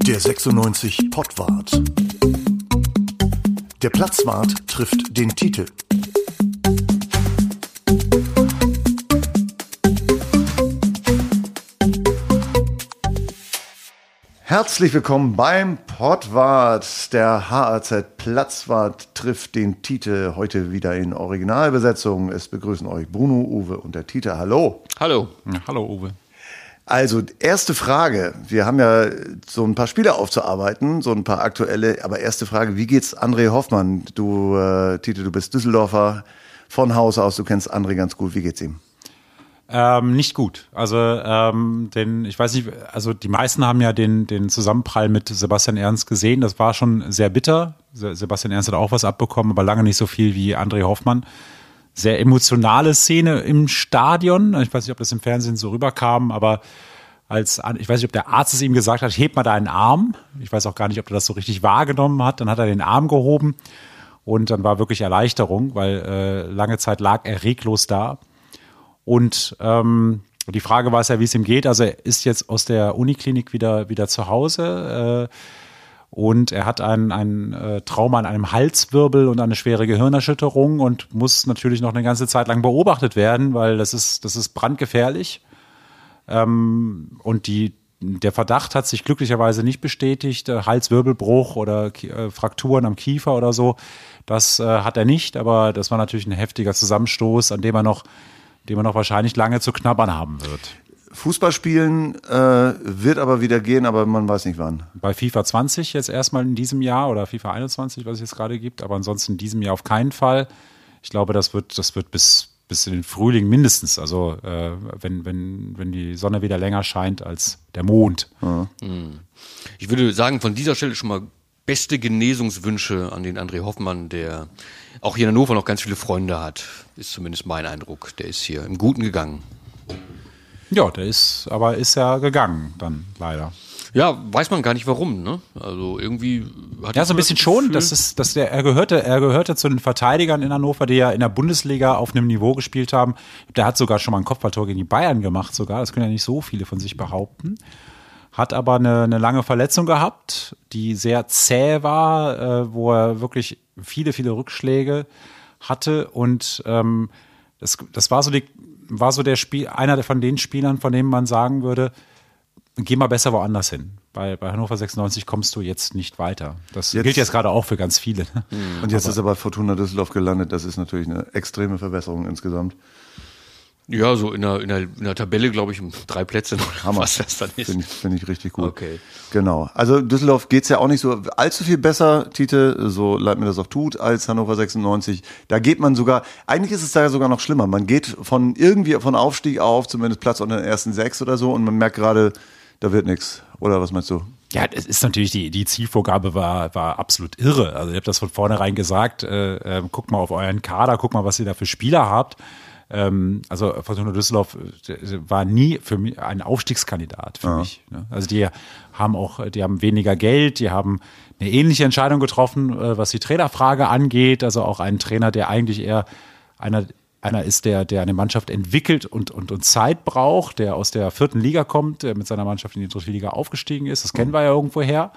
Der 96 Pottwart. Der Platzwart trifft den Titel. Herzlich willkommen beim Pottwart. Der HAZ Platzwart trifft den Titel. Heute wieder in Originalbesetzung. Es begrüßen euch Bruno, Uwe und der Titel. Hallo. Hallo. Ja, hallo, Uwe. Also, erste Frage. Wir haben ja so ein paar Spiele aufzuarbeiten, so ein paar aktuelle. Aber erste Frage, wie geht's André Hoffmann? Du, Tite, du bist Düsseldorfer von Haus aus. Du kennst André ganz gut. Wie geht's ihm? Nicht gut. Also, ich weiß nicht, also die meisten haben ja den Zusammenprall mit Sebastian Ernst gesehen. Das war schon sehr bitter. Sebastian Ernst hat auch was abbekommen, aber lange nicht so viel wie André Hoffmann. Sehr emotionale Szene im Stadion. Ich weiß nicht, ob das im Fernsehen so rüberkam, aber ich weiß nicht, ob der Arzt es ihm gesagt hat, heb mal deinen Arm. Ich weiß auch gar nicht, ob er das so richtig wahrgenommen hat. Dann hat er den Arm gehoben und dann war wirklich Erleichterung, weil lange Zeit lag er reglos da. Und die Frage war es ja, wie es ihm geht. Also er ist jetzt aus der Uniklinik wieder zu Hause und er hat ein Trauma an einem Halswirbel und eine schwere Gehirnerschütterung und muss natürlich noch eine ganze Zeit lang beobachtet werden, weil das ist brandgefährlich. Und der Verdacht hat sich glücklicherweise nicht bestätigt, Halswirbelbruch oder Frakturen am Kiefer oder so. Das hat er nicht, aber das war natürlich ein heftiger Zusammenstoß, an dem er noch wahrscheinlich lange zu knabbern haben wird. Fußballspielen wird aber wieder gehen, aber man weiß nicht wann. Bei FIFA 20 jetzt erstmal in diesem Jahr oder FIFA 21, was es jetzt gerade gibt, aber ansonsten in diesem Jahr auf keinen Fall. Ich glaube, das wird bis in den Frühling mindestens, also wenn die Sonne wieder länger scheint als der Mond. Ja. Ich würde sagen, von dieser Stelle schon mal beste Genesungswünsche an den André Hoffmann, der auch hier in Hannover noch ganz viele Freunde hat, ist zumindest mein Eindruck. Der ist hier im Guten gegangen. Ja, ist ja gegangen dann leider. Ja, weiß man gar nicht warum, ne? Also irgendwie hat ja, so ein bisschen schon. Er gehörte zu den Verteidigern in Hannover, die ja in der Bundesliga auf einem Niveau gespielt haben. Der hat sogar schon mal ein Kopfballtor gegen die Bayern gemacht sogar. Das können ja nicht so viele von sich behaupten. Hat aber eine lange Verletzung gehabt, die sehr zäh war, wo er wirklich viele, viele Rückschläge hatte. Und das war so einer von den Spielern, von denen man sagen würde, geh mal besser woanders hin. Bei Hannover 96 kommst du jetzt nicht weiter. Das gilt jetzt gerade auch für ganz viele. Und jetzt ist er bei Fortuna Düsseldorf gelandet. Das ist natürlich eine extreme Verbesserung insgesamt. Ja, so in der Tabelle, glaube ich, um 3 Plätze noch. Hammer. Was das dann ist. Finde ich richtig gut. Okay. Genau. Also Düsseldorf geht's ja auch nicht so allzu viel besser, Tite, so leid mir das auch tut, als Hannover 96. Da geht man sogar, eigentlich ist es da sogar noch schlimmer. Man geht von Aufstieg auf, zumindest Platz unter den ersten 6 oder so, und man merkt gerade, da wird nichts. Oder was meinst du? Ja, es ist natürlich, die Zielvorgabe war absolut irre. Also ich habe das von vornherein gesagt, guckt mal auf euren Kader, guckt mal, was ihr da für Spieler habt. Also Fortuna Düsseldorf war nie für mich ein Aufstiegskandidat für mich. Ne? Also die haben weniger Geld, die haben eine ähnliche Entscheidung getroffen, was die Trainerfrage angeht. Also auch einen Trainer, der eigentlich eher einer ist, der eine Mannschaft entwickelt und Zeit braucht, der aus der 4. Liga kommt, der mit seiner Mannschaft in die 3. Liga aufgestiegen ist. Das kennen wir ja irgendwo her.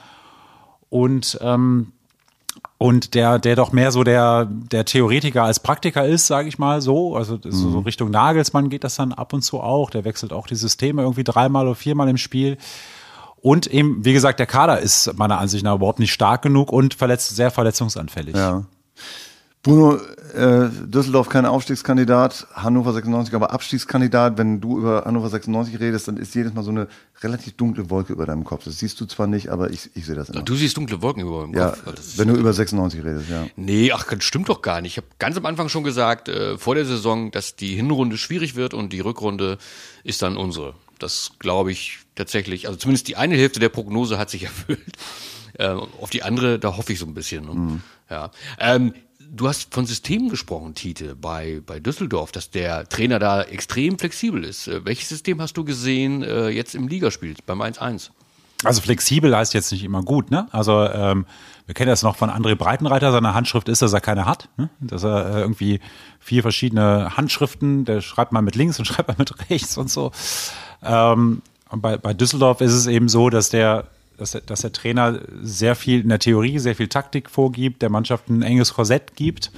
Und der doch mehr so der Theoretiker als Praktiker ist, sage ich mal so. Also so Richtung Nagelsmann geht das dann ab und zu auch. Der wechselt auch die Systeme irgendwie 3-mal oder 4-mal im Spiel. Und eben, wie gesagt, der Kader ist meiner Ansicht nach überhaupt nicht stark genug und sehr verletzungsanfällig. Ja. Bruno, Düsseldorf kein Aufstiegskandidat, Hannover 96 aber Abstiegskandidat. Wenn du über Hannover 96 redest, dann ist jedes Mal so eine relativ dunkle Wolke über deinem Kopf. Das siehst du zwar nicht, aber ich sehe das immer. Du siehst dunkle Wolken über meinem Kopf. Ja, wenn du über 96 redest, ja. Nee, das stimmt doch gar nicht. Ich habe ganz am Anfang schon gesagt, vor der Saison, dass die Hinrunde schwierig wird und die Rückrunde ist dann unsere. Das glaube ich tatsächlich. Also zumindest die eine Hälfte der Prognose hat sich erfüllt. Auf die andere, da hoffe ich so ein bisschen. Ne? Ja. Du hast von Systemen gesprochen, Tite, bei Düsseldorf, dass der Trainer da extrem flexibel ist. Welches System hast du gesehen jetzt im Ligaspiel beim 1-1? Also flexibel heißt jetzt nicht immer gut, ne? Also wir kennen das noch von André Breitenreiter, seine Handschrift ist, dass er keine hat, ne? Dass er irgendwie 4 verschiedene Handschriften, der schreibt mal mit links und schreibt mal mit rechts und so. Und bei Düsseldorf ist es eben so, dass der dass der Trainer sehr viel in der Theorie, sehr viel Taktik vorgibt, der Mannschaft ein enges Korsett gibt.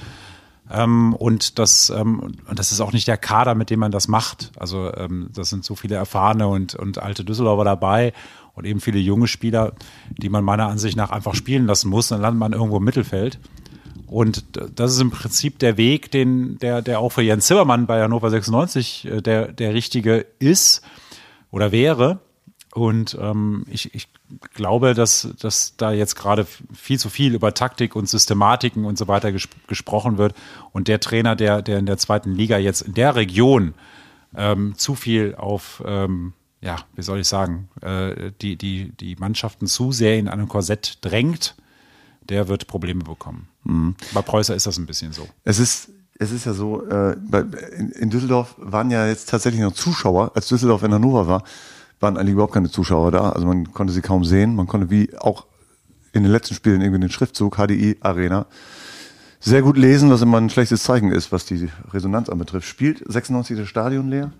Und das ist auch nicht der Kader, mit dem man das macht. Also das sind so viele erfahrene und alte Düsseldorfer dabei und eben viele junge Spieler, die man meiner Ansicht nach einfach spielen lassen muss. Dann landet man irgendwo im Mittelfeld. Und das ist im Prinzip der Weg, der auch für Jens Zimmermann bei Hannover 96 der richtige ist oder wäre. Und ich glaube, dass da jetzt gerade viel zu viel über Taktik und Systematiken und so weiter gesprochen wird. Und der Trainer, der in der zweiten Liga jetzt in der Region zu viel auf, wie soll ich sagen, die Mannschaften zu sehr in einem Korsett drängt, der wird Probleme bekommen. Mhm. Bei Preußer ist das ein bisschen so. Es ist ja so, in Düsseldorf waren ja jetzt tatsächlich noch Zuschauer, als Düsseldorf in Hannover war, waren eigentlich überhaupt keine Zuschauer da. Also man konnte sie kaum sehen. Man konnte wie auch in den letzten Spielen irgendwie den Schriftzug HDI Arena sehr gut lesen, was immer ein schlechtes Zeichen ist, was die Resonanz anbetrifft. Spielt 96 das Stadion leer?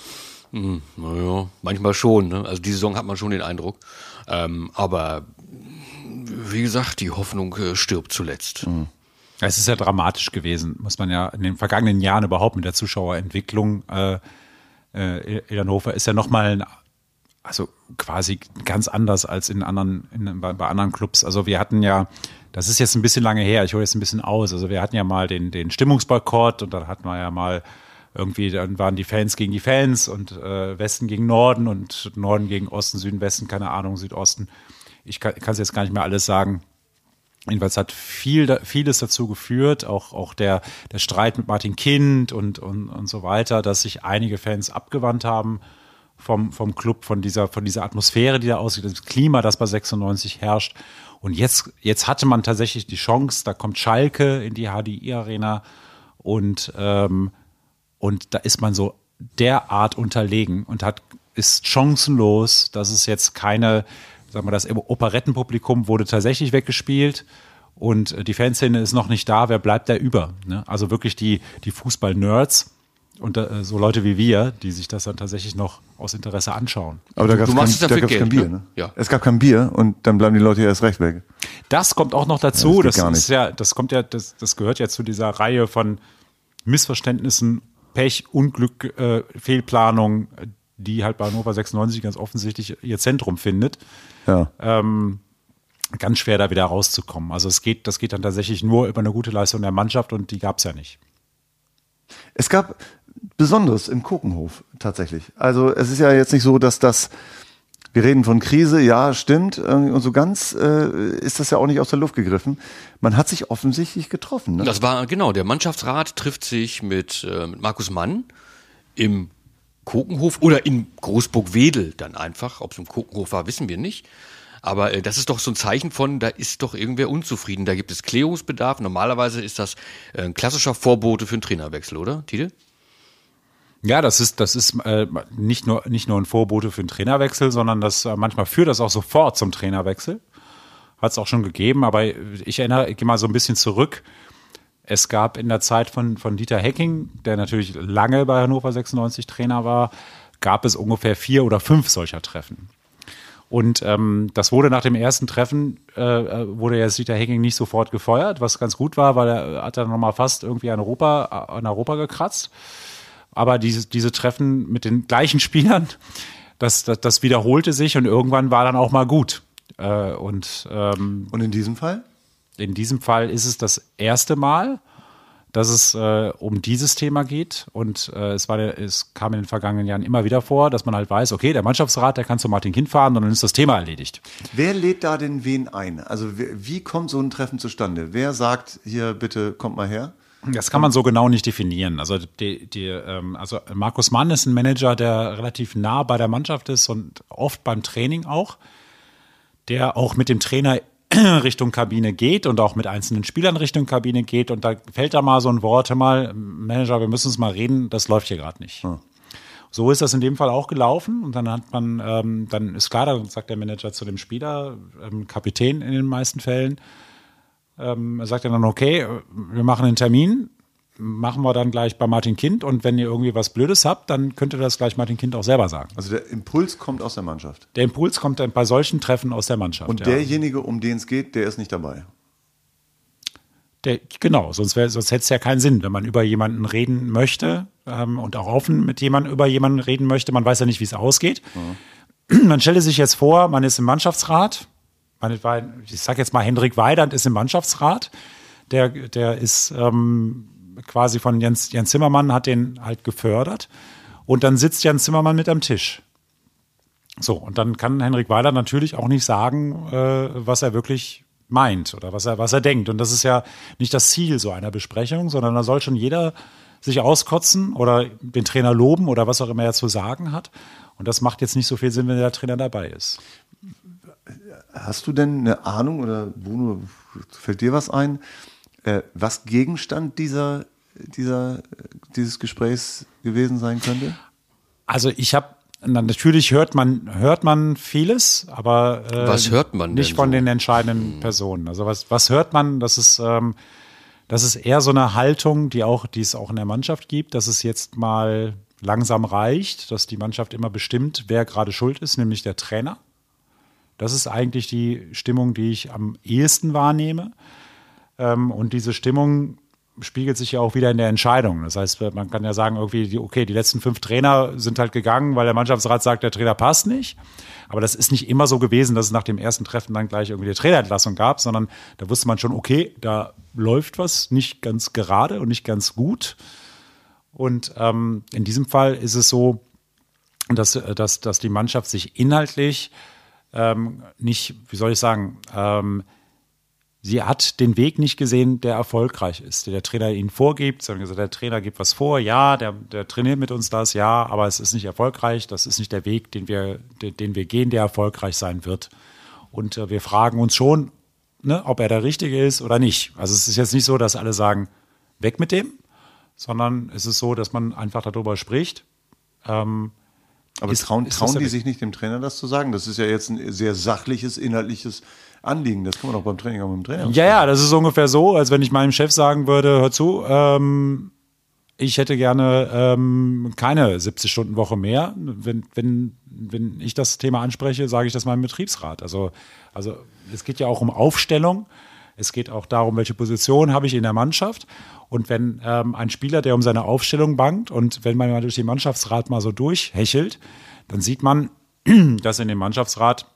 Naja, manchmal schon. Ne? Also die Saison hat man schon den Eindruck. Aber wie gesagt, die Hoffnung stirbt zuletzt. Mhm. Es ist ja dramatisch gewesen, muss man ja in den vergangenen Jahren überhaupt mit der Zuschauerentwicklung. In Hannover ist ja nochmal also quasi ganz anders als bei anderen Clubs. Also wir hatten ja, das ist jetzt ein bisschen lange her, ich hole jetzt ein bisschen aus, also wir hatten ja mal den Stimmungsboykott und dann hatten wir ja mal irgendwie, dann waren die Fans gegen die Fans und Westen gegen Norden und Norden gegen Osten, Süden, Westen, keine Ahnung, Südosten. Ich kann es jetzt gar nicht mehr alles sagen. Jedenfalls hat vieles dazu geführt, auch der Streit mit Martin Kind und so weiter, dass sich einige Fans abgewandt haben vom Club, von dieser Atmosphäre, die da aussieht, das Klima, das bei 96 herrscht. Und jetzt hatte man tatsächlich die Chance, da kommt Schalke in die HDI-Arena und da ist man so derart unterlegen und ist chancenlos, dass es jetzt keine, sagen wir, das Operettenpublikum wurde tatsächlich weggespielt und die Fanszene ist noch nicht da, wer bleibt da über? Ne? Also wirklich die Fußball-Nerds und so Leute wie wir, die sich das dann tatsächlich noch aus Interesse anschauen. Aber da gab es kein Bier, ne? Ja. Es gab kein Bier und dann bleiben die Leute ja erst recht weg. Das kommt auch noch dazu. Das gehört ja zu dieser Reihe von Missverständnissen, Pech, Unglück, Fehlplanung, die halt bei Hannover 96 ganz offensichtlich ihr Zentrum findet. Ja. Ganz schwer da wieder rauszukommen. Also das geht dann tatsächlich nur über eine gute Leistung der Mannschaft und die gab es ja nicht. Es gab Besonderes im Kokenhof tatsächlich. Also es ist ja jetzt nicht so, dass wir reden von Krise, ja, stimmt, und so ganz ist das ja auch nicht aus der Luft gegriffen. Man hat sich offensichtlich getroffen. Ne? Das war, genau, der Mannschaftsrat trifft sich mit Markus Mann im Kokenhof oder in Großburg-Wedel dann einfach. Ob es im Kokenhof war, wissen wir nicht. Aber das ist doch so ein Zeichen von, da ist doch irgendwer unzufrieden. Da gibt es Klärungsbedarf. Normalerweise ist das ein klassischer Vorbote für einen Trainerwechsel, oder, Tide? Ja, das ist nicht nur ein Vorbote für einen Trainerwechsel, sondern manchmal führt das auch sofort zum Trainerwechsel. Hat es auch schon gegeben, aber ich gehe mal so ein bisschen zurück. Es gab in der Zeit von Dieter Hecking, der natürlich lange bei Hannover 96 Trainer war, gab es ungefähr 4 oder 5 solcher Treffen. Und das wurde nach dem ersten Treffen, wurde jetzt Dieter Hecking nicht sofort gefeuert, was ganz gut war, weil er hat dann nochmal fast irgendwie an Europa gekratzt. Aber diese Treffen mit den gleichen Spielern, das wiederholte sich und irgendwann war dann auch mal gut. Und in diesem Fall? In diesem Fall ist es das erste Mal, dass es um dieses Thema geht. Und es kam in den vergangenen Jahren immer wieder vor, dass man halt weiß, okay, der Mannschaftsrat, der kann zu Martin Kind fahren und dann ist das Thema erledigt. Wer lädt da denn wen ein? Also wie kommt so ein Treffen zustande? Wer sagt, hier bitte kommt mal her? Das kann man so genau nicht definieren. Also also Markus Mann ist ein Manager, der relativ nah bei der Mannschaft ist und oft beim Training auch, der auch mit dem Trainer Richtung Kabine geht und auch mit einzelnen Spielern Richtung Kabine geht und da fällt da mal so ein Wort, hör mal, Manager, wir müssen uns mal reden, das läuft hier gerade nicht. Hm. So ist das in dem Fall auch gelaufen und dann hat man, dann ist klar, dann sagt der Manager zu dem Spieler, Kapitän in den meisten Fällen, sagt er dann, okay, wir machen einen Termin, machen wir dann gleich bei Martin Kind und wenn ihr irgendwie was Blödes habt, dann könnt ihr das gleich Martin Kind auch selber sagen. Also der Impuls kommt aus der Mannschaft. Der Impuls kommt dann bei solchen Treffen aus der Mannschaft. Und derjenige, um den es geht, der ist nicht dabei. Genau, sonst hätte es ja keinen Sinn, wenn man über jemanden reden möchte und auch offen mit jemandem über jemanden reden möchte. Man weiß ja nicht, wie es ausgeht. Man stelle sich jetzt vor, man ist im Mannschaftsrat. Ich sage jetzt mal, Hendrik Weidand ist im Mannschaftsrat. Der ist quasi von Jens Zimmermann, hat den halt gefördert. Und dann sitzt Jens Zimmermann mit am Tisch. So, und dann kann Hendrik Weidand natürlich auch nicht sagen, was er wirklich meint oder was er denkt. Und das ist ja nicht das Ziel so einer Besprechung, sondern da soll schon jeder sich auskotzen oder den Trainer loben oder was auch immer er zu sagen hat. Und das macht jetzt nicht so viel Sinn, wenn der Trainer dabei ist. Hast du denn eine Ahnung oder Bruno, fällt dir was ein, was Gegenstand dieses Gesprächs gewesen sein könnte? Also natürlich hört man vieles, aber was hört man nicht denn von so? Den entscheidenden Personen. Also was hört man? Das ist eher so eine Haltung, die es auch in der Mannschaft gibt, dass es jetzt mal langsam reicht, dass die Mannschaft immer bestimmt, wer gerade schuld ist, nämlich der Trainer. Das ist eigentlich die Stimmung, die ich am ehesten wahrnehme. Und diese Stimmung spiegelt sich ja auch wieder in der Entscheidung. Das heißt, man kann ja sagen, irgendwie, die letzten 5 Trainer sind halt gegangen, weil der Mannschaftsrat sagt, der Trainer passt nicht. Aber das ist nicht immer so gewesen, dass es nach dem ersten Treffen dann gleich irgendwie die Trainerentlassung gab, sondern da wusste man schon, okay, da läuft was nicht ganz gerade und nicht ganz gut. Und in diesem Fall ist es so, dass die Mannschaft sich inhaltlich nicht, wie soll ich sagen, sie hat den Weg nicht gesehen, der erfolgreich ist, der Trainer ihnen vorgibt, sondern gesagt, der Trainer gibt was vor, ja, der trainiert mit uns das, ja, aber es ist nicht erfolgreich, das ist nicht der Weg, den wir gehen, der erfolgreich sein wird. Und wir fragen uns schon, ob er der Richtige ist oder nicht. Also es ist jetzt nicht so, dass alle sagen, weg mit dem, sondern es ist so, dass man einfach darüber spricht. Aber trauen die sich nicht, dem Trainer das zu sagen? Das ist ja jetzt ein sehr sachliches, inhaltliches Anliegen. Das kann man doch beim Training auch mit dem Trainer. Ja, das ist ungefähr so, als wenn ich meinem Chef sagen würde, hör zu, ich hätte gerne keine 70-Stunden-Woche mehr. Wenn ich das Thema anspreche, sage ich das meinem Betriebsrat. Also es geht ja auch um Aufstellung. Es geht auch darum, welche Position habe ich in der Mannschaft. Und wenn ein Spieler, der um seine Aufstellung bangt und wenn man mal durch den Mannschaftsrat mal so durchhechelt, dann sieht man, dass in dem Mannschaftsrat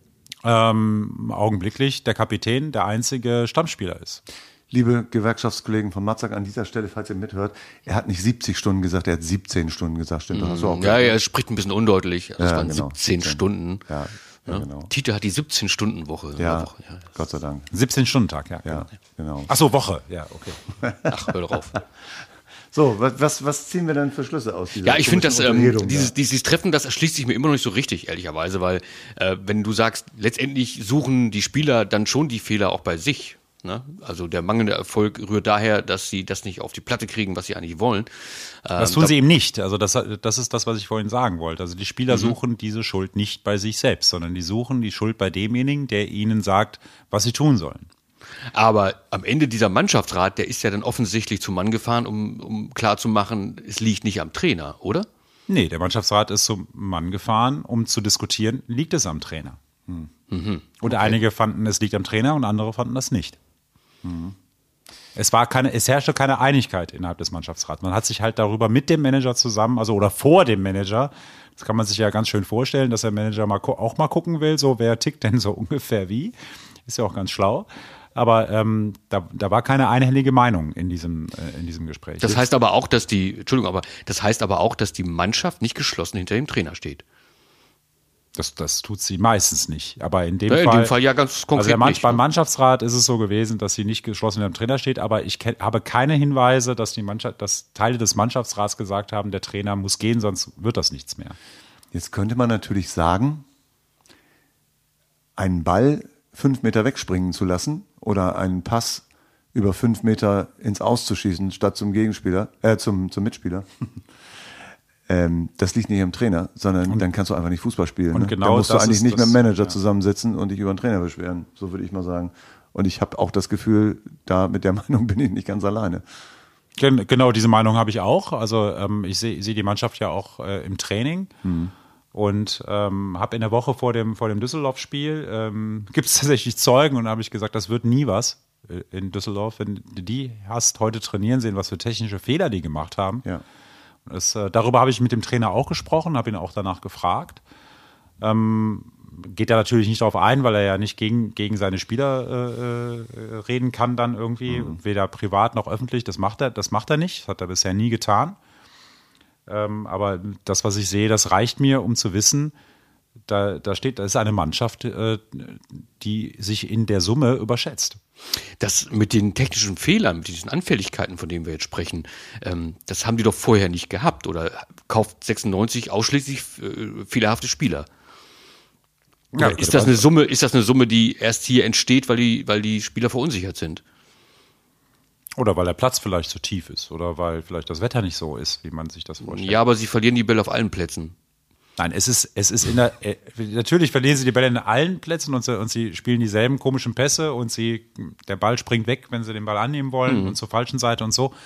augenblicklich der Kapitän der einzige Stammspieler ist. Liebe Gewerkschaftskollegen von Matzak, an dieser Stelle, falls ihr mithört, er hat nicht 70 Stunden gesagt, er hat 17 Stunden gesagt. Stimmt, das hast du auch ja, er spricht ein bisschen undeutlich. Also es waren genau, 17 Stunden. Ja, genau. Tite hat die 17-Stunden-Woche. Ja, Gott sei Dank. 17-Stunden-Tag, ja. Ja, genau. Ach so, Woche, ja, okay. Ach, hör doch auf. So, was ziehen wir denn für Schlüsse aus dieser Ja, ich finde, dass Unterredung, dieses Treffen, das erschließt sich mir immer noch nicht so richtig, ehrlicherweise, weil wenn du sagst, letztendlich suchen die Spieler dann schon die Fehler auch bei sich. Ne? Also der mangelnde Erfolg rührt daher, dass sie das nicht auf die Platte kriegen, was sie eigentlich wollen. Das tun sie eben nicht. Also das ist das, was ich vorhin sagen wollte. Also die Spieler suchen diese Schuld nicht bei sich selbst, sondern die suchen die Schuld bei demjenigen, der ihnen sagt, was sie tun sollen. Aber am Ende dieser Mannschaftsrat, der ist ja dann offensichtlich zum Mann gefahren, um klarzumachen, es liegt nicht am Trainer, oder? Nee, der Mannschaftsrat ist zum Mann gefahren, um zu diskutieren, liegt es am Trainer. Und Okay. einige fanden, es liegt am Trainer und andere fanden das nicht. Es herrschte keine Einigkeit innerhalb des Mannschaftsrats. Man hat sich halt darüber mit dem Manager zusammen, also oder vor dem Manager, das kann man sich ja ganz schön vorstellen, dass der Manager auch mal gucken will, so wer tickt denn so ungefähr wie. Ist ja auch ganz schlau. Aber da war keine einhellige Meinung in diesem Gespräch. Das heißt aber auch, dass die Mannschaft nicht geschlossen hinter dem Trainer steht. Das tut sie meistens nicht. Aber in dem Fall ja ganz konkret nicht. Beim Mannschaftsrat ist es so gewesen, dass sie nicht geschlossen hinter dem Trainer steht. Aber ich habe keine Hinweise, dass Teile des Mannschaftsrats gesagt haben, der Trainer muss gehen, sonst wird das nichts mehr. Jetzt könnte man natürlich sagen, einen Ball 5 Meter wegspringen zu lassen oder einen Pass über 5 Meter ins Aus zu schießen, statt zum Gegenspieler, zum Mitspieler. Das liegt nicht am Trainer, sondern dann kannst du einfach nicht Fußball spielen. Und ne? genau dann musst du das eigentlich ist nicht mit dem das- Manager ja. zusammensitzen und dich über den Trainer beschweren. So würde ich mal sagen. Und ich habe auch das Gefühl, da mit der Meinung bin ich nicht ganz alleine. Genau, diese Meinung habe ich auch. Also ich sehe die Mannschaft ja auch im Training und habe in der Woche vor dem Düsseldorf-Spiel gibt es tatsächlich Zeugen und habe ich gesagt, das wird nie was in Düsseldorf, wenn du die hast heute trainieren sehen, was für technische Fehler die gemacht haben. Ja. Darüber habe ich mit dem Trainer auch gesprochen, habe ihn auch danach gefragt. Geht er natürlich nicht darauf ein, weil er ja nicht gegen seine Spieler reden kann dann irgendwie, weder privat noch öffentlich. Das macht er nicht, das hat er bisher nie getan. Aber das, was ich sehe, das reicht mir, um zu wissen, da ist eine Mannschaft, die sich in der Summe überschätzt. Das mit den technischen Fehlern, mit diesen Anfälligkeiten, von denen wir jetzt sprechen, das haben die doch vorher nicht gehabt. Oder kauft 96 ausschließlich fehlerhafte Spieler? Ja, ist das eine Summe, die erst hier entsteht, weil die Spieler verunsichert sind? Oder weil der Platz vielleicht zu tief ist oder weil vielleicht das Wetter nicht so ist, wie man sich das vorstellt. Ja, aber sie verlieren die Bälle auf allen Plätzen. Nein, es ist natürlich verlieren sie die Bälle in allen Plätzen und sie spielen dieselben komischen Pässe und der Ball springt weg, wenn sie den Ball annehmen wollen und zur falschen Seite und so.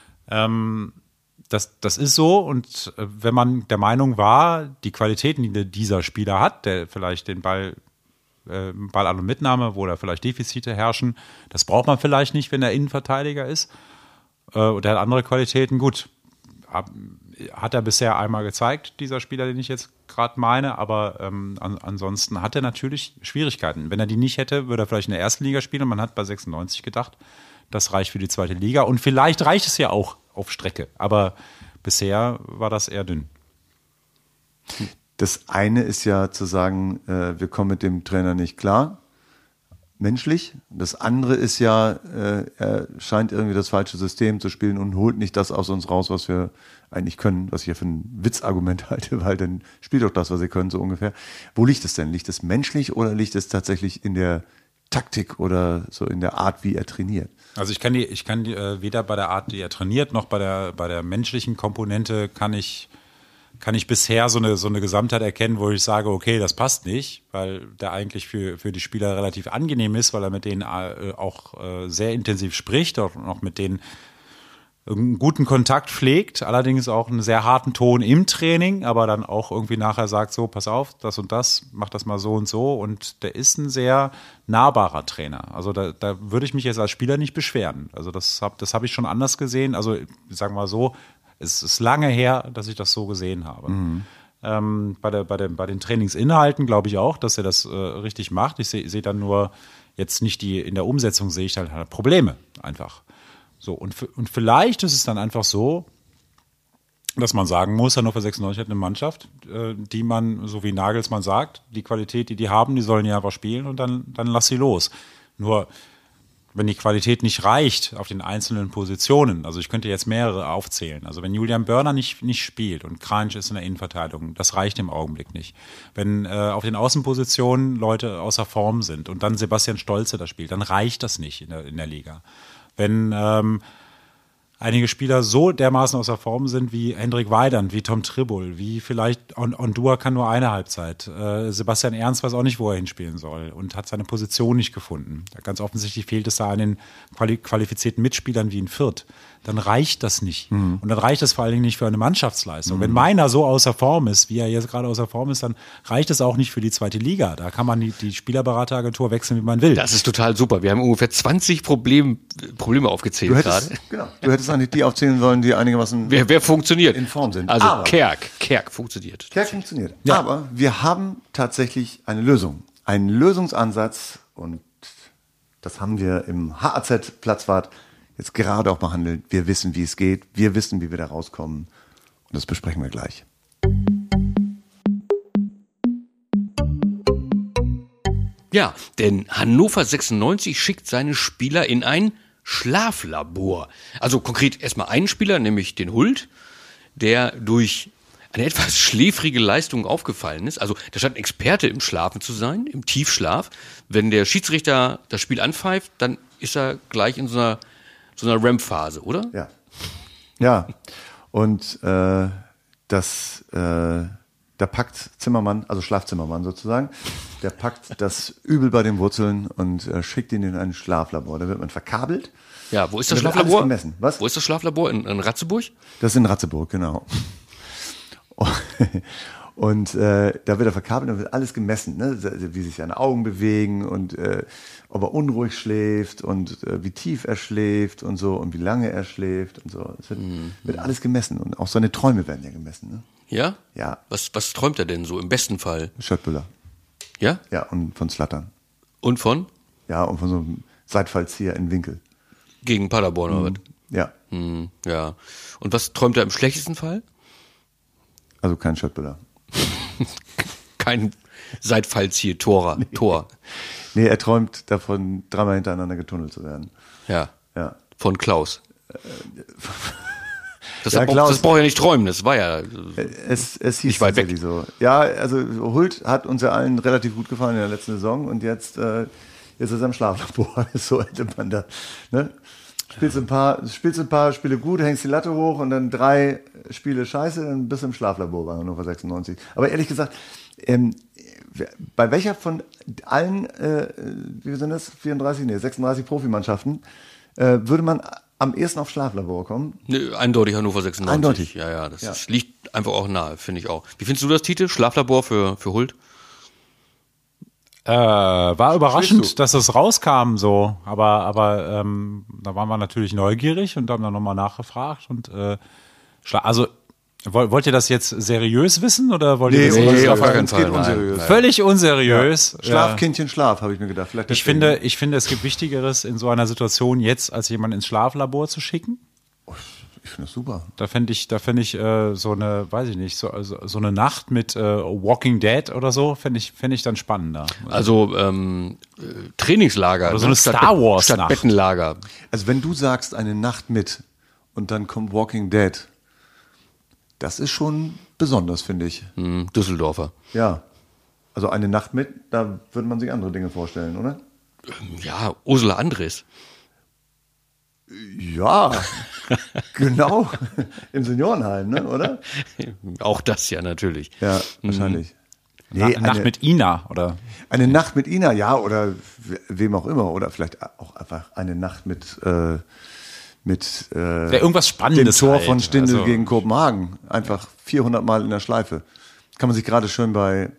Das ist so und wenn man der Meinung war, die Qualitäten, die dieser Spieler hat, der vielleicht den Ball an- und Mitnahme, wo da vielleicht Defizite herrschen, das braucht man vielleicht nicht, wenn er Innenverteidiger ist. Und er hat andere Qualitäten, gut. Hat er bisher einmal gezeigt, dieser Spieler, den ich jetzt gerade meine, aber ansonsten hat er natürlich Schwierigkeiten. Wenn er die nicht hätte, würde er vielleicht in der ersten Liga spielen und man hat bei 96 gedacht, das reicht für die zweite Liga und vielleicht reicht es ja auch auf Strecke, aber bisher war das eher dünn. Das eine ist ja zu sagen, wir kommen mit dem Trainer nicht klar, menschlich. Das andere ist ja, er scheint irgendwie das falsche System zu spielen und holt nicht das aus uns raus, was wir eigentlich können, was ich ja für ein Witzargument halte, weil dann spielt doch das, was ihr könnt, so ungefähr. Wo liegt es denn? Liegt es menschlich oder liegt es tatsächlich in der Taktik oder so in der Art, wie er trainiert? Also ich kann weder bei der Art, die er trainiert, noch bei der menschlichen Komponente kann ich bisher so eine Gesamtheit erkennen, wo ich sage, okay, das passt nicht, weil der eigentlich für die Spieler relativ angenehm ist, weil er mit denen auch sehr intensiv spricht, auch noch mit denen einen guten Kontakt pflegt, allerdings auch einen sehr harten Ton im Training, aber dann auch irgendwie nachher sagt, so, pass auf, das und das, mach das mal so und so und der ist ein sehr nahbarer Trainer. Also da würde ich mich jetzt als Spieler nicht beschweren. Also das hab ich schon anders gesehen. Also ich sag mal so, es ist lange her, dass ich das so gesehen habe. Bei den Trainingsinhalten glaube ich auch, dass er das richtig macht. Ich sehe dann nur jetzt nicht in der Umsetzung sehe ich halt Probleme einfach. So, und vielleicht ist es dann einfach so, dass man sagen muss, Hannover 96 hat eine Mannschaft, die man, so wie Nagelsmann sagt, die Qualität, die haben, die sollen ja einfach spielen und dann lass sie los. Nur, wenn die Qualität nicht reicht auf den einzelnen Positionen, also ich könnte jetzt mehrere aufzählen, also wenn Julian Börner nicht spielt und Kranich ist in der Innenverteidigung, das reicht im Augenblick nicht. Wenn auf den Außenpositionen Leute außer Form sind und dann Sebastian Stolze da spielt, dann reicht das nicht in der Liga. Wenn einige Spieler so dermaßen außer Form sind wie Hendrik Weidand, wie Tom Tribul, wie vielleicht Ondua kann nur eine Halbzeit. Sebastian Ernst weiß auch nicht, wo er hinspielen soll und hat seine Position nicht gefunden. Ganz offensichtlich fehlt es da an den qualifizierten Mitspielern wie in Fürth. Dann reicht das nicht. Und dann reicht das vor allen Dingen nicht für eine Mannschaftsleistung. Wenn Meiner so außer Form ist, wie er jetzt gerade außer Form ist, dann reicht es auch nicht für die zweite Liga. Da kann man die Spielerberateragentur wechseln, wie man will. Das ist total super. Wir haben ungefähr 20 Probleme aufgezählt gerade. Genau. Du hättest eigentlich die aufzählen sollen, die einigermaßen Wer funktioniert? in Form sind. Also Aber Kerk funktioniert. Kerk funktioniert. Ja. Aber wir haben tatsächlich eine Lösung. Einen Lösungsansatz und das haben wir im HAZ Platzwart jetzt gerade auch behandelt. Wir wissen, wie es geht. Wir wissen, wie wir da rauskommen. Und das besprechen wir gleich. Ja, denn Hannover 96 schickt seine Spieler in ein Schlaflabor. Also konkret erstmal einen Spieler, nämlich den Hult, der durch eine etwas schläfrige Leistung aufgefallen ist. Also da scheint ein Experte im Schlafen zu sein, im Tiefschlaf. Wenn der Schiedsrichter das Spiel anpfeift, dann ist er gleich in so einer REM-Phase, oder? Ja. Ja. Und da packt Zimmermann, also Schlafzimmermann sozusagen, der packt das Übel bei den Wurzeln und schickt ihn in ein Schlaflabor. Da wird man verkabelt. Ja, wo ist das Da wird Schlaflabor? alles gemessen. Was? Wo ist das Schlaflabor? In Ratzeburg? Das ist in Ratzeburg, genau. Und da wird er verkabelt, da wird alles gemessen, ne? Wie sich seine Augen bewegen und ob er unruhig schläft und wie tief er schläft und so und wie lange er schläft und so. Es wird alles gemessen und auch seine Träume werden ja gemessen. Ne? Ja? Ja. Was träumt er denn so im besten Fall? Schöttbüller. Ja? Ja, und von Slattern. Und von? Ja, und von so einem Seitfallzieher in Winkel. Gegen Paderborn oder was? Ja, Ja. Und was träumt er im schlechtesten Fall? also kein Schöttbüller. Kein Seitfallziel, Tor. Nee, er träumt davon, dreimal hintereinander getunnelt zu werden. Ja. Ja. Von Klaus. Das, Ja, braucht, Klaus- das braucht ja nicht träumen, das war ja. Es hieß Nicht weit weg. tatsächlich so. Ja, also Hult hat uns ja allen relativ gut gefallen in der letzten Saison und jetzt ist er im Schlaflabor. So hätte man da. Ne? Spielst ein paar Spiele gut, hängst die Latte hoch und dann 3 Spiele scheiße, dann bist du im Schlaflabor bei Hannover 96. Aber ehrlich gesagt, bei welcher von allen, wie sind das, 36 Profimannschaften, würde man am ehesten auf Schlaflabor kommen? Ne, eindeutig Hannover 96. Eindeutig. Ja, das Ja. liegt einfach auch nahe, finde ich auch. Wie findest du das, Titel? Schlaflabor für Hult? War überraschend, Spielst du? dass das rauskam so, aber da waren wir natürlich neugierig und haben dann nochmal nachgefragt und also wollt ihr das jetzt seriös wissen oder wollt ihr das nee, auf gar keinen es Fall, geht nein. unseriös. Nein. völlig unseriös? Schlaf, Kindchen, Schlaf, habe ich mir gedacht. Vielleicht Ich deswegen. finde, es gibt Wichtigeres in so einer Situation jetzt, als jemanden ins Schlaflabor zu schicken. Ich finde das super. Da fände ich so eine, weiß ich nicht, so eine Nacht mit Walking Dead oder so, fände ich dann spannender. Also Trainingslager. Oder so eine statt Star Wars Statt Nacht. Bettenlager. Also wenn du sagst, eine Nacht mit und dann kommt Walking Dead, das ist schon besonders, finde ich. Düsseldorfer. Ja. Also eine Nacht mit, da würde man sich andere Dinge vorstellen, oder? Ja, Ursula Andres. Ja, genau. Im Seniorenheim, ne, oder? Auch das ja natürlich. Ja, wahrscheinlich. Nacht mit Ina, oder? Eine Nacht mit Ina, ja, oder wem auch immer. Oder vielleicht auch einfach eine Nacht mit Ja, irgendwas dem Spannendes Tor halt. von Stindl Also, gegen Kopenhagen. Einfach 400 Mal in der Schleife. Kann man sich gerade schön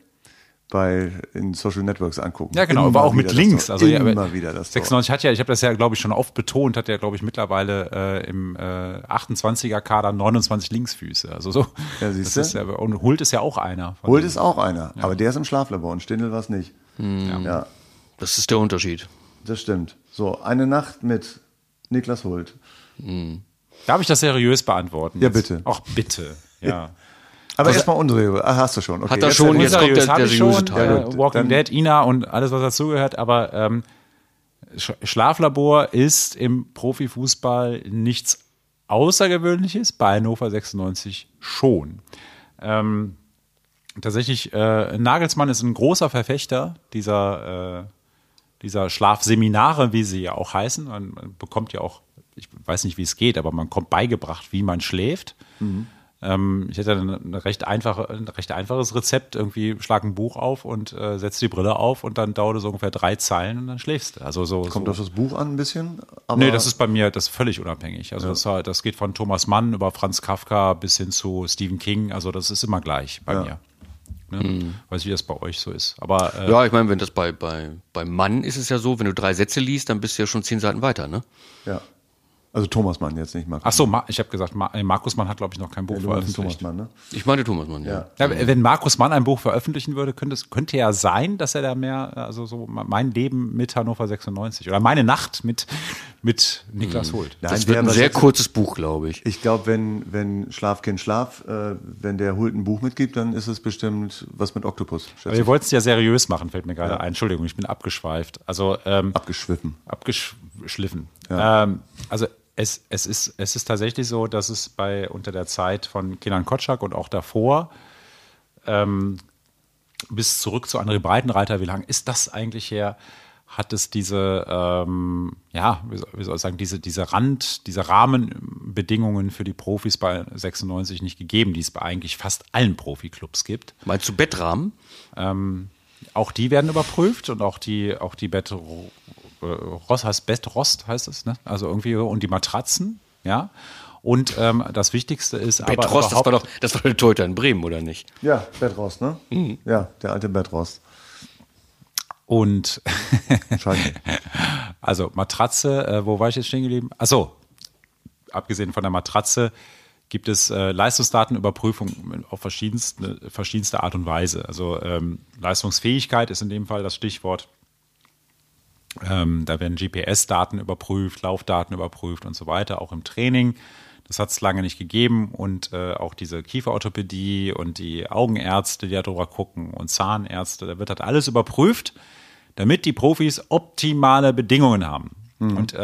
in Social Networks angucken. Ja, genau, Immer aber auch wieder mit das Links. Tor. Also ja, immer aber wieder das Tor. 96 hat ja, ich habe das ja, glaube ich, schon oft betont, hat ja, glaube ich, mittlerweile im 28er-Kader 29 Linksfüße. Also so. Ja, siehst du? Das ist ja, und Hult ist ja auch einer. von Hult denen. ist auch einer, aber der ist im Schlaflabor und Stindl war es nicht. Ja, Das ist der Unterschied. das stimmt. So, eine Nacht mit Niklas Hult. Darf ich das seriös beantworten? Ja, jetzt? bitte. Ach, bitte. Ja. Aber erstmal unseriös. Ah, hast du schon. Okay, Hat er jetzt- schon, jetzt kommt Unseriös der habe ich seriöse schon, Teil. Ja, gut, Walking dann- Dead, Ina und alles, was dazugehört, aber Schlaflabor ist im Profifußball nichts Außergewöhnliches, bei Hannover 96 schon. Tatsächlich, Nagelsmann ist ein großer Verfechter dieser Schlafseminare, wie sie ja auch heißen. Man bekommt ja auch, ich weiß nicht, wie es geht, aber man kommt beigebracht, wie man schläft. Ich hätte ein recht einfaches Rezept, irgendwie schlag ein Buch auf und setz die Brille auf und dann dauert es ungefähr 3 Zeilen und dann schläfst du. Also Kommt auf das Buch an ein bisschen? Aber Nee, das ist bei mir das ist völlig unabhängig. Also das geht von Thomas Mann über Franz Kafka bis hin zu Stephen King. Also das ist immer gleich bei mir. Ne? Weiß nicht, wie das bei euch so ist. Aber Ja, ich meine, wenn das bei Mann ist es ja so, wenn du 3 Sätze liest, dann bist du ja schon 10 Seiten weiter, ne? Ja. Also Thomas Mann jetzt nicht, Markus. ach so, ich habe gesagt, Markus Mann hat, glaube ich, noch kein Buch Du meinst veröffentlicht. Thomas Mann, ne? Ich meine Thomas Mann, ja. Ja. Ja, wenn Markus Mann ein Buch veröffentlichen würde, könnte ja sein, dass er da mehr, also so mein Leben mit Hannover 96 oder meine Nacht mit Niklas Hult. Nein, Das wird ein aber sehr jetzt- kurzes Buch, glaube ich. Ich glaube, wenn Schlafkind Schlaf, wenn der Hult ein Buch mitgibt, dann ist es bestimmt was mit Oktopus. Aber Schätze wir ich. wollten es ja seriös machen, fällt mir gerade ein. Entschuldigung, ich bin abgeschweift. Also Abgeschwiffen. abgeschliffen. Ja. Also es ist tatsächlich so, dass es unter der Zeit von Kenan Kotschak und auch davor bis zurück zu André Breitenreiter, wie lange ist das eigentlich her, hat es diese, wie soll ich sagen, diese Rahmenbedingungen für die Profis bei 96 nicht gegeben, die es bei eigentlich fast allen Profiklubs gibt. Meinst du Bettrahmen? Auch die werden überprüft und auch die Bettrost heißt es, ne? Also irgendwie, und die Matratzen, ja. Und das Wichtigste ist Bettrost, das war der Torhüter in Bremen, oder nicht? Ja, Bettrost, ne? Mhm. Ja, der alte Bettrost. Und Scheiße. also Matratze, wo war ich jetzt stehen geblieben? Achso, abgesehen von der Matratze gibt es Leistungsdatenüberprüfung auf verschiedenste Art und Weise. Also Leistungsfähigkeit ist in dem Fall das Stichwort. Da werden GPS-Daten überprüft, Laufdaten überprüft und so weiter, auch im Training. Das hat es lange nicht gegeben und auch diese Kieferorthopädie und die Augenärzte, die da drüber gucken und Zahnärzte, da wird halt alles überprüft, damit die Profis optimale Bedingungen haben. Und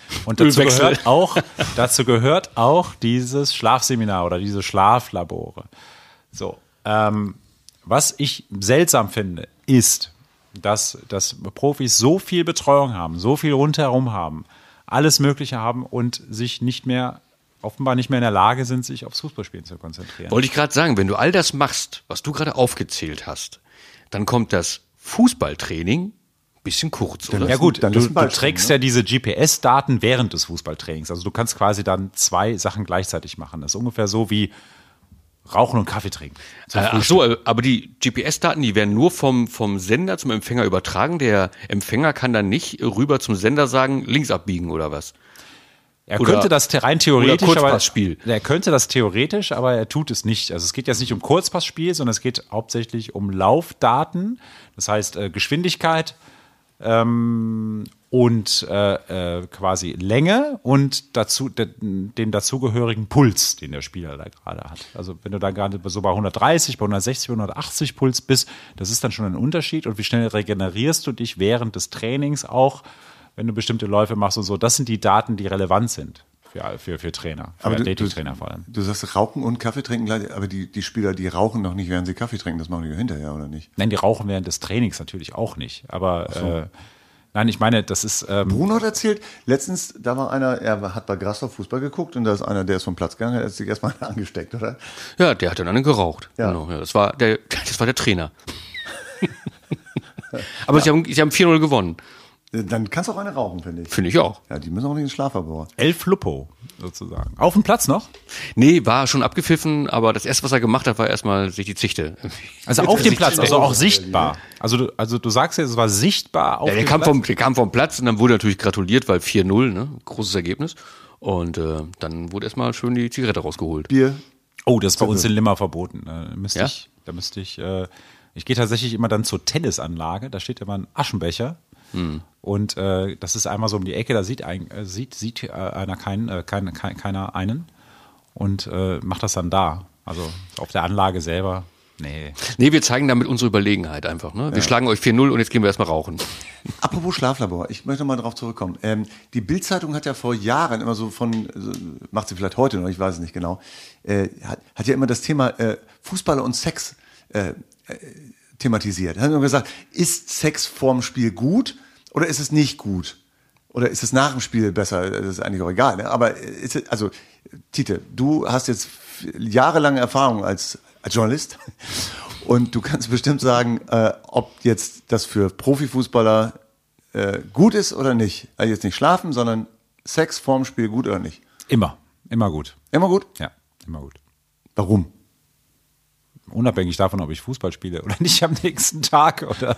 dazu gehört auch dieses Schlafseminar oder diese Schlaflabore. So, was ich seltsam finde, ist, dass Profis so viel Betreuung haben, so viel rundherum haben, alles Mögliche haben und sich offenbar nicht mehr in der Lage sind, sich aufs Fußballspielen zu konzentrieren. Wollte ich gerade sagen, wenn du all das machst, was du gerade aufgezählt hast, dann kommt das Fußballtraining ein bisschen kurz, oder? Ja gut, du trägst ja diese GPS-Daten während des Fußballtrainings. Also du kannst quasi dann 2 Sachen gleichzeitig machen. Das ist ungefähr so wie Rauchen und Kaffee trinken. Ach so, aber die GPS-Daten, die werden nur vom Sender zum Empfänger übertragen. Der Empfänger kann dann nicht rüber zum Sender sagen, links abbiegen oder was? Er könnte das rein theoretisch, Kurzpassspiel. Er könnte das theoretisch, aber er tut es nicht. Also es geht jetzt nicht um Kurzpassspiel, sondern es geht hauptsächlich um Laufdaten. Das heißt Geschwindigkeit und quasi Länge und den dazugehörigen Puls, den der Spieler da gerade hat. Also wenn du da gerade so bei 130, bei 160, bei 180 Puls bist, das ist dann schon ein Unterschied. Und wie schnell regenerierst du dich während des Trainings auch, wenn du bestimmte Läufe machst und so. Das sind die Daten, die relevant sind für Trainer, für Athletiktrainer vor allem. Du sagst Rauchen und Kaffee trinken gleich, aber die Spieler, die rauchen doch nicht, während sie Kaffee trinken, das machen die hinterher, oder nicht? Nein, die rauchen während des Trainings natürlich auch nicht. Aber nein, ich meine, das ist... Bruno hat erzählt, letztens, da war einer, er hat bei Grasdorf Fußball geguckt und da ist einer, der ist vom Platz gegangen, der hat sich erstmal angesteckt, oder? Ja, der hat dann einen geraucht. Ja. Genau, ja, das war der Trainer. Aber sie haben 4-0 gewonnen. Dann kannst du auch eine rauchen, finde ich. Finde ich auch. Ja, die müssen auch nicht ins Schlaflabor. Elf Lupo, sozusagen. Auf dem Platz noch? Nee, war schon abgepfiffen, aber das erste, was er gemacht hat, war erstmal sich die Zichte. Also auf dem Platz, also auch sichtbar. Also du sagst ja, es war sichtbar auf dem Platz. Der kam vom Platz und dann wurde natürlich gratuliert, weil 4-0, ne? Großes Ergebnis. Und dann wurde erstmal schön die Zigarette rausgeholt. Bier. Oh, das ist bei uns in Limmer verboten. Da müsste ich gehe tatsächlich immer dann zur Tennisanlage, da steht immer ein Aschenbecher. Und das ist einmal so um die Ecke, da sieht einer keiner einen und macht das dann da. Also auf der Anlage selber, nee. Nee, wir zeigen damit unsere Überlegenheit einfach. Ne? Wir schlagen euch 4-0 und jetzt gehen wir erstmal rauchen. Apropos Schlaflabor, ich möchte mal darauf zurückkommen. Die Bild-Zeitung hat ja vor Jahren immer so macht sie vielleicht heute noch, ich weiß es nicht genau, hat ja immer das Thema Fußballer und Sex thematisiert. Da haben wir gesagt, ist Sex vorm Spiel gut oder ist es nicht gut? Oder ist es nach dem Spiel besser? Das ist eigentlich auch egal. Ne? Aber Tite, du hast jetzt jahrelange Erfahrung als Journalist und du kannst bestimmt sagen, ob jetzt das für Profifußballer gut ist oder nicht. Also jetzt nicht schlafen, sondern Sex vorm Spiel gut oder nicht? Immer gut. Immer gut? Ja, immer gut. Warum? Unabhängig davon, ob ich Fußball spiele oder nicht am nächsten Tag. Oder,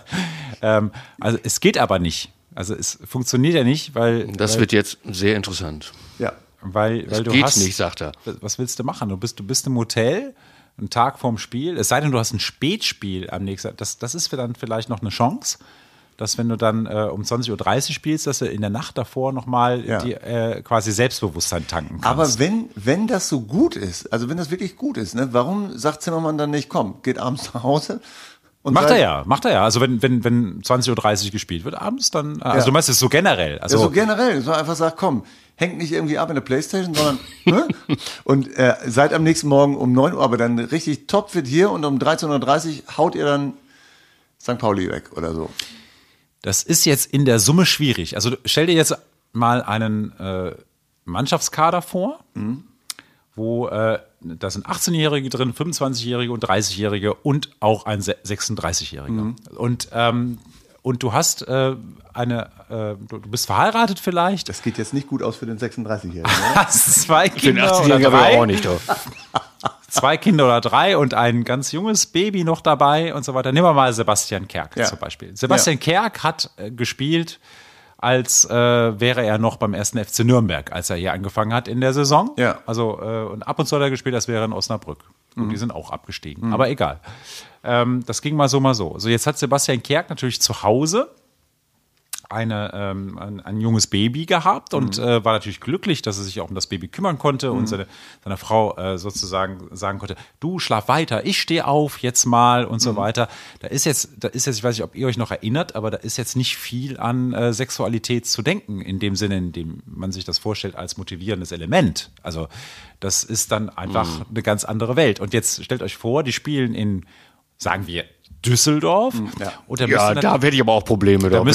also es geht aber nicht. Also es funktioniert ja nicht, weil... Das wird jetzt sehr interessant. Ja. Weil du geht hast... nicht, sagt er. Was willst du machen? Du bist im Hotel, einen Tag vorm Spiel, es sei denn, du hast ein Spätspiel am nächsten Tag. Das ist dann vielleicht noch eine Chance, dass wenn du dann um 20.30 Uhr spielst, dass du in der Nacht davor nochmal quasi Selbstbewusstsein tanken kannst. Aber wenn das so gut ist, also wenn das wirklich gut ist, ne, warum sagt Zimmermann dann nicht, komm, geht abends nach Hause? Und macht er ja. Also wenn 20.30 Uhr gespielt wird abends, dann, also du meinst es so generell. Also so generell, dass man einfach sagt, komm, hängt nicht irgendwie ab in der Playstation, sondern ne? Und seid am nächsten Morgen um 9 Uhr, aber dann richtig topfit hier und um 13.30 Uhr haut ihr dann St. Pauli weg oder so. Das ist jetzt in der Summe schwierig. Also stell dir jetzt mal einen Mannschaftskader vor, wo da sind 18-Jährige drin, 25-Jährige und 30-Jährige und auch ein 36-Jähriger. Und du hast du bist verheiratet vielleicht. Das geht jetzt nicht gut aus für den 36-Jährigen. Hast 2 Kinder Den oder 80-Jähriger aber 3. auch nicht, doch. 2 Kinder oder 3 und ein ganz junges Baby noch dabei und so weiter. Nehmen wir mal Sebastian Kerk zum Beispiel. Sebastian Kerk hat gespielt, als wäre er noch beim 1. FC Nürnberg, als er hier angefangen hat in der Saison. Ja. Also und ab und zu hat er gespielt, als wäre er in Osnabrück. Und die sind auch abgestiegen. Aber egal. Das ging mal so, mal so. So, jetzt hat Sebastian Kerk natürlich zu Hause ein junges Baby gehabt und war natürlich glücklich, dass er sich auch um das Baby kümmern konnte und seine Frau sozusagen sagen konnte, du schlaf weiter, ich stehe auf jetzt mal und so weiter. Da ist jetzt, ich weiß nicht, ob ihr euch noch erinnert, aber da ist jetzt nicht viel an Sexualität zu denken, in dem Sinne, in dem man sich das vorstellt als motivierendes Element. Also das ist dann einfach eine ganz andere Welt. Und jetzt stellt euch vor, die spielen in, sagen wir, Düsseldorf. Und Da werde ich aber auch Probleme. Dann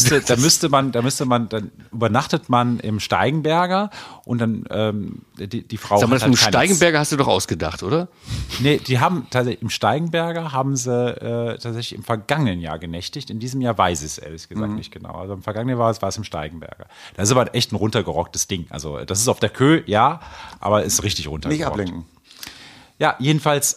übernachtet man im Steigenberger und dann die Frau. Sag mal, das hat mit dem halt Steigenberger hast du doch ausgedacht, oder? Nee, die haben tatsächlich im Steigenberger haben sie tatsächlich im vergangenen Jahr genächtigt. In diesem Jahr weiß ich es ehrlich gesagt nicht genau. Also im vergangenen Jahr war es im Steigenberger. Das ist aber echt ein runtergerocktes Ding. Also das ist auf der Kö, ja, aber ist richtig runtergerockt. Nicht ablenken. Ja, jedenfalls,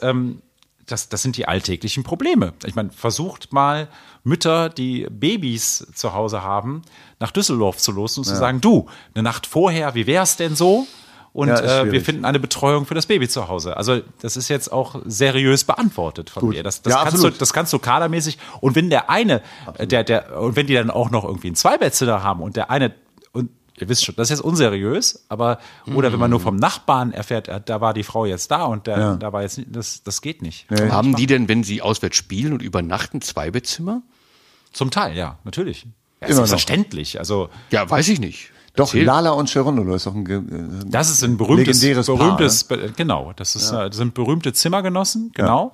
das sind die alltäglichen Probleme. Ich meine, versucht mal Mütter, die Babys zu Hause haben, nach Düsseldorf zu losen und zu sagen, du, eine Nacht vorher, wie wär's denn so? Und wir finden eine Betreuung für das Baby zu Hause. Also das ist jetzt auch seriös beantwortet von mir. Das kannst du kadermäßig. Und wenn der eine, und wenn die dann auch noch irgendwie ein Zweibettzimmer haben und der eine, und ihr wisst schon, das ist jetzt unseriös, aber oder wenn man nur vom Nachbarn erfährt, da war die Frau jetzt da und da war jetzt das geht nicht. Nee. Haben die denn, wenn sie auswärts spielen und übernachten, 2-Bettzimmer? Zum Teil, ja, natürlich. Ja, Immer noch. selbstverständlich. Also Ja, weiß ich nicht. Doch, Erzähl. Lala und Gerondolo ist doch das ist ein berühmtes Paar, genau, das sind berühmte Zimmergenossen, genau.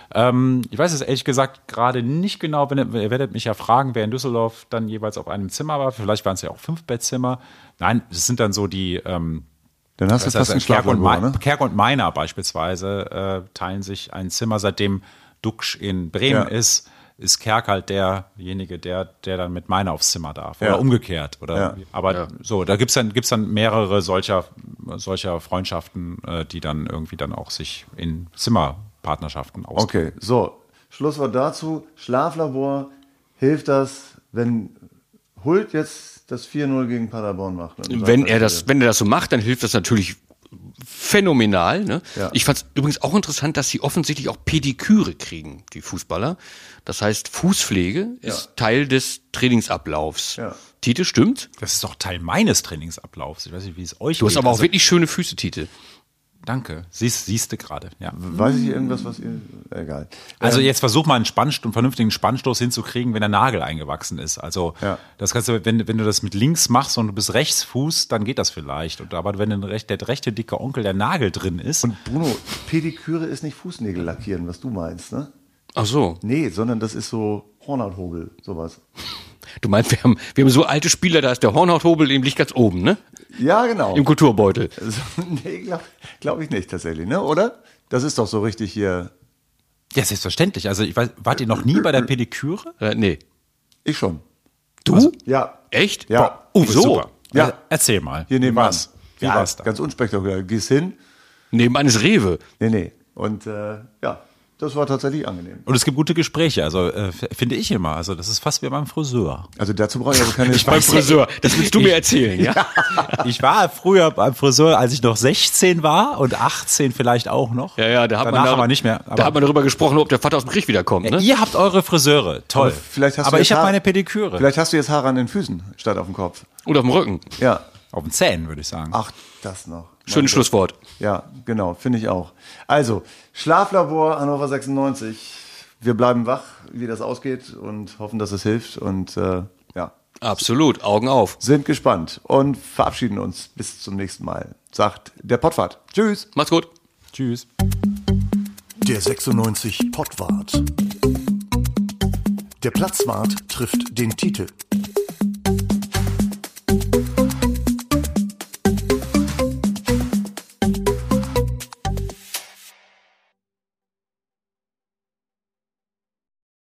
Ich weiß es ehrlich gesagt gerade nicht genau, ihr werdet mich ja fragen, wer in Düsseldorf dann jeweils auf einem Zimmer war, vielleicht waren es ja auch 5-Bettzimmer. Nein, das sind dann so die Dann hast du fast einen Schlaflabor, ne? Kerk und Meiner beispielsweise teilen sich ein Zimmer, seitdem Duxch in Bremen ist Kerk halt derjenige, der dann mit Meiner aufs Zimmer darf. Oder umgekehrt. Aber so, da gibt's dann mehrere solcher Freundschaften, die dann irgendwie dann auch sich in Zimmerpartnerschaften ausdrücken. Okay, so, Schlusswort dazu. Schlaflabor, hilft das, wenn Hult jetzt das 4-0 gegen Paderborn macht? Wenn er das so macht, dann hilft das natürlich phänomenal. Ne? Ja. Ich fand es übrigens auch interessant, dass sie offensichtlich auch Pediküre kriegen, die Fußballer. Das heißt, Fußpflege ist Teil des Trainingsablaufs. Ja. Tite, stimmt? Das ist doch Teil meines Trainingsablaufs. Ich weiß nicht, wie es euch Du hast geht. aber auch wirklich schöne Füße, Tite. Danke. Siehst du gerade. Ja. Weiß ich irgendwas, was ihr... Egal. Also jetzt versuch mal einen vernünftigen Spannstoß hinzukriegen, wenn der Nagel eingewachsen ist. Also das kannst du, wenn du das mit links machst und du bist Rechtsfuß, dann geht das vielleicht. Aber wenn der rechte dicke Onkel der Nagel drin ist. Und Bruno, Pediküre ist nicht Fußnägel lackieren, was du meinst, ne? Ach so. Nee, sondern das ist so Hornhauthobel, sowas. Du meinst, wir haben so alte Spieler, da ist der Hornhauthobel, eben liegt ganz oben, ne? Ja, genau. Im Kulturbeutel. Also, nee, glaub ich nicht tatsächlich, ne? Oder? Das ist doch so richtig hier. Ja, selbstverständlich. Also wart ihr noch nie bei der Pediküre? Nee. Ich schon. Du? Also, ja. Echt? Ja. Wieso? Super. Ja. Erzähl mal. Hier nebenan. Wie war's da? Ganz unspektakulär. Gehst hin. Nebenan ist Rewe. Nee. Und das war tatsächlich angenehm. Und es gibt gute Gespräche, also finde ich immer. Also das ist fast wie beim Friseur. Also dazu brauche ich aber keine... Beim Friseur. Das willst du mir erzählen, ja? Ich war früher beim Friseur, als ich noch 16 war und 18 vielleicht auch noch. Ja, da hat Danach man aber nicht mehr. Da hat man darüber gesprochen, ob der Vater aus dem Krieg wiederkommt, ne? Ihr habt eure Friseure, toll. Aber ich habe meine Pediküre. Vielleicht hast du jetzt Haare an den Füßen statt auf dem Kopf. Oder auf dem Rücken. Ja. Auf den Zähnen, würde ich sagen. Ach, das noch. Schönes Schlusswort. Ja, genau, finde ich auch. Also, Schlaflabor Hannover 96. Wir bleiben wach, wie das ausgeht und hoffen, dass es hilft und Absolut, Augen auf. sind gespannt und verabschieden uns bis zum nächsten Mal. Sagt der Pottwart. Tschüss. Macht's gut. Tschüss. Der 96 Pottwart. Der Platzwart trifft den Titel.